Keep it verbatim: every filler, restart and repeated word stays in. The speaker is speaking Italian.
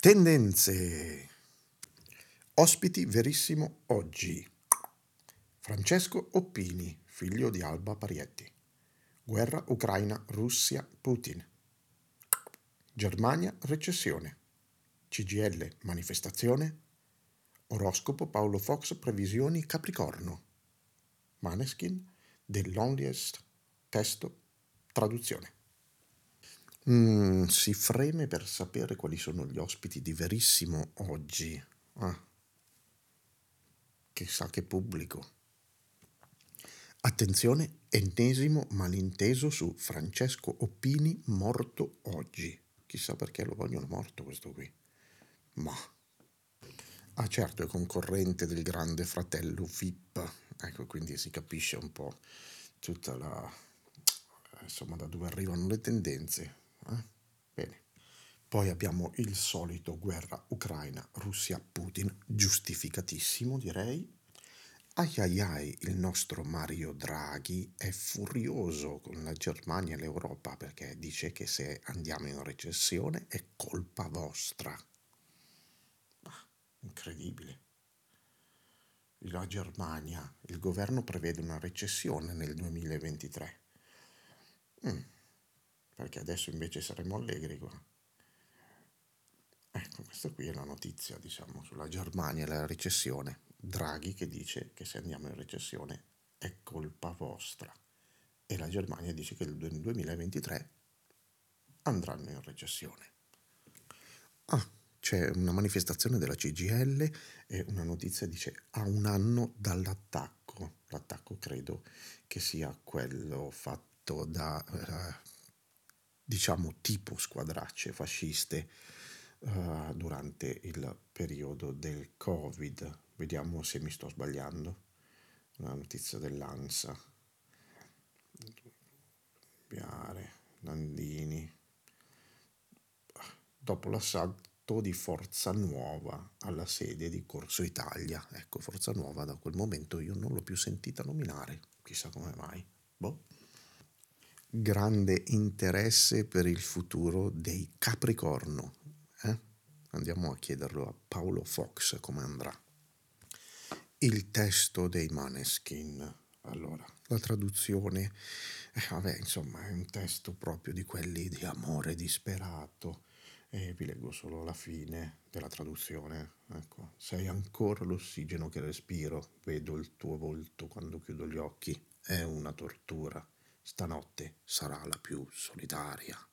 Tendenze. Ospiti verissimo oggi. Francesco Oppini, figlio di Alba Parietti. Guerra Ucraina, Russia, Putin. Germania, recessione. C G I L, manifestazione. Oroscopo Paolo Fox, previsioni Capricorno. Maneskin, The Loneliest, testo, traduzione. Mm, si freme per sapere quali sono gli ospiti di Verissimo oggi. Ah, chissà che pubblico. Attenzione, ennesimo malinteso su Francesco Oppini morto oggi. Chissà perché lo vogliono morto questo qui. Ma... Ah certo, è concorrente del Grande Fratello V I P. Ecco, quindi si capisce un po' tutta la... insomma, da dove arrivano le tendenze. Eh? Bene. Poi abbiamo il solito guerra Ucraina, Russia, Putin, giustificatissimo direi. Ai ai ai, il nostro Mario Draghi è furioso con la Germania e l'Europa perché dice che se andiamo in recessione è colpa vostra. Ah, incredibile. La Germania, il governo prevede una recessione nel duemilaventitré. Mm, perché adesso invece saremo allegri qua. Ecco, questa qui è la notizia, diciamo, sulla Germania e la recessione. Draghi che dice che se andiamo in recessione è colpa vostra. E la Germania dice che nel duemilaventitré andranno in recessione. Ah, c'è una manifestazione della C G I L e una notizia dice a un anno dall'attacco. L'attacco credo che sia quello fatto da, eh, diciamo, tipo squadracce fasciste uh, durante il periodo del Covid. Vediamo se mi sto sbagliando. Una notizia dell'ANSA. Piare, Landini. Dopo l'assalto di Forza Nuova alla sede di Corso Italia. Ecco, Forza Nuova da quel momento io non l'ho più sentita nominare. Chissà come mai. Boh. Grande interesse per il futuro dei Capricorno. Eh? Andiamo a chiederlo a Paolo Fox come andrà. Il testo dei Maneskin. Allora, la traduzione, eh, vabbè, insomma, è un testo proprio di quelli di amore disperato. E vi leggo solo la fine della traduzione. Ecco, sei ancora l'ossigeno che respiro, vedo il tuo volto quando chiudo gli occhi. È una tortura. Stanotte sarà la più solitaria.